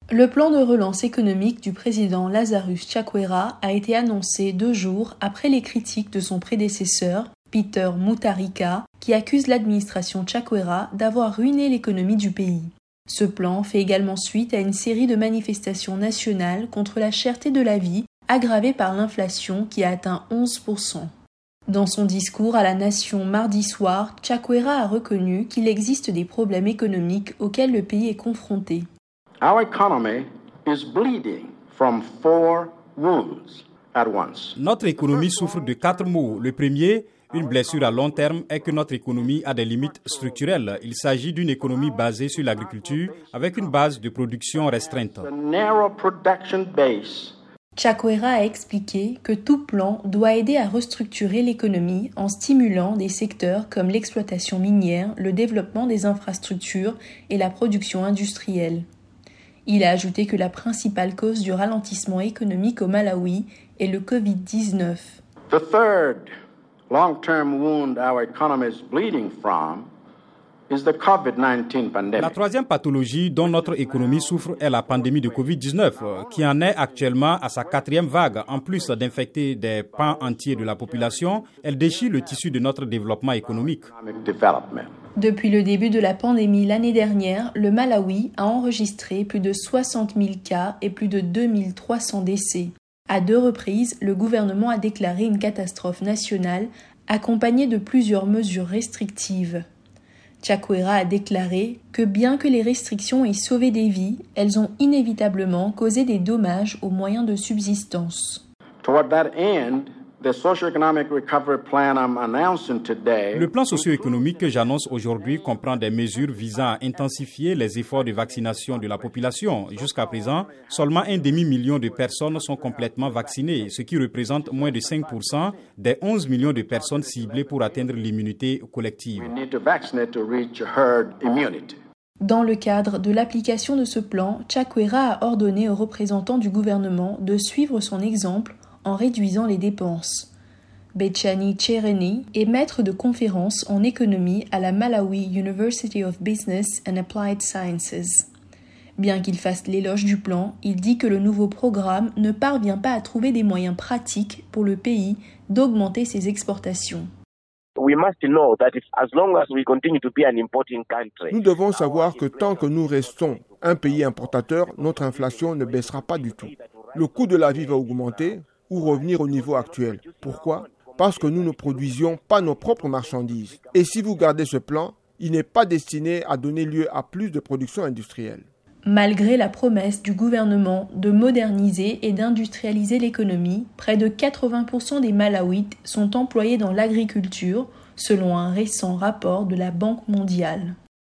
Le plan de relance économique du président Lazarus Chakwera a été annoncé 2 jours après les critiques de son prédécesseur, Peter Mutharika, qui accuse l'administration Chakwera d'avoir ruiné l'économie du pays. Ce plan fait également suite à une série de manifestations nationales contre la cherté de la vie, aggravée par l'inflation qui a atteint 11%. Dans son discours à la nation mardi soir, Chakwera a reconnu qu'il existe des problèmes économiques auxquels le pays est confronté. Our economy is bleeding from 4 wounds at once. Notre économie souffre de 4 maux. Le premier, une blessure à long terme, est que notre économie a des limites structurelles. Il s'agit d'une économie basée sur l'agriculture avec une base de production restreinte. Chakwera a expliqué que tout plan doit aider à restructurer l'économie en stimulant des secteurs comme l'exploitation minière, le développement des infrastructures et la production industrielle. Il a ajouté que la principale cause du ralentissement économique au Malawi est le Covid-19. The third long-term wound our economy is bleeding from is the COVID-19 pandemic. La troisième pathologie dont notre économie souffre est la pandémie de Covid-19, qui en est actuellement à sa 4e vague. En plus d'infecter des pans entiers de la population, elle déchire le tissu de notre développement économique. Depuis le début de la pandémie l'année dernière, le Malawi a enregistré plus de 60 000 cas et plus de 2300 décès. À 2 reprises, le gouvernement a déclaré une catastrophe nationale accompagnée de plusieurs mesures restrictives. Chakwera a déclaré que bien que les restrictions aient sauvé des vies, elles ont inévitablement causé des dommages aux moyens de subsistance. Le plan socio-économique que j'annonce aujourd'hui comprend des mesures visant à intensifier les efforts de vaccination de la population. Jusqu'à présent, seulement 1 demi-million de personnes sont complètement vaccinées, ce qui représente moins de 5% des 11 millions de personnes ciblées pour atteindre l'immunité collective. Dans le cadre de l'application de ce plan, Chakwera a ordonné aux représentants du gouvernement de suivre son exemple en réduisant les dépenses. Bechani Chereni est maître de conférences en économie à la Malawi University of Business and Applied Sciences. Bien qu'il fasse l'éloge du plan, il dit que le nouveau programme ne parvient pas à trouver des moyens pratiques pour le pays d'augmenter ses exportations. Nous devons savoir que tant que nous restons un pays importateur, notre inflation ne baissera pas du tout. Le coût de la vie va augmenter ou revenir au niveau actuel. Pourquoi ? Parce que nous ne produisions pas nos propres marchandises. Et si vous gardez ce plan, il n'est pas destiné à donner lieu à plus de production industrielle. Malgré la promesse du gouvernement de moderniser et d'industrialiser l'économie, près de 80% des Malawites sont employés dans l'agriculture, selon un récent rapport de la Banque mondiale.